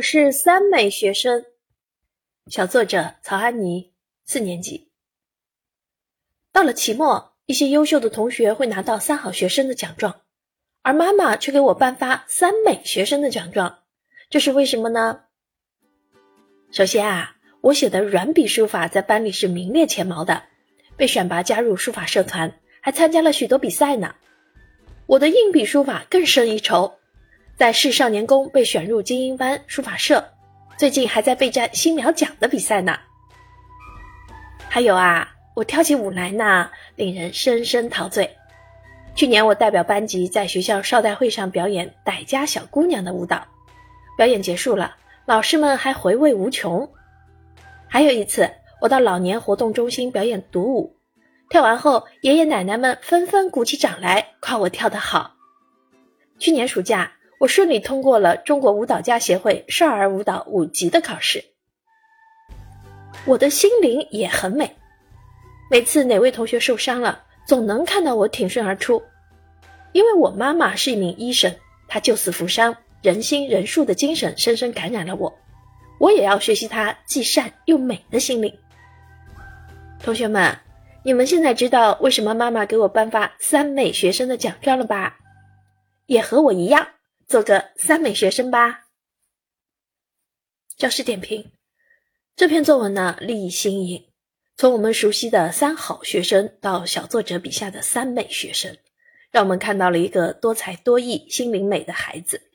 我是三美学生。小作者曹安妮，4年级。到了期末，一些优秀的同学会拿到3好学生的奖状，而妈妈却给我颁发3美学生的奖状，这是为什么呢？首先我写的软笔书法在班里是名列前茅的，被选拔加入书法社团，还参加了许多比赛呢。我的硬笔书法更胜一筹，在市少年宫被选入精英班书法社，最近还在备战新苗奖的比赛呢。还有我跳起舞来呢，令人深深陶醉。去年我代表班级在学校少代会上表演傣家小姑娘的舞蹈，表演结束了，老师们还回味无穷。还有一次，我到老年活动中心表演独舞，跳完后爷爷奶奶们纷纷鼓起掌来夸我跳得好。去年暑假，我顺利通过了中国舞蹈家协会少儿舞蹈5级的考试。我的心灵也很美，每次哪位同学受伤了，总能看到我挺身而出。因为我妈妈是一名医生，她救死扶伤，仁心仁术的精神深深感染了我，我也要学习她既善又美的心灵。同学们，你们现在知道为什么妈妈给我颁发3美学生的奖状了吧？也和我一样做个3美学生吧。教师点评，这篇作文呢立意新颖，从我们熟悉的3好学生到小作者笔下的3美学生，让我们看到了一个多才多艺、心灵美的孩子。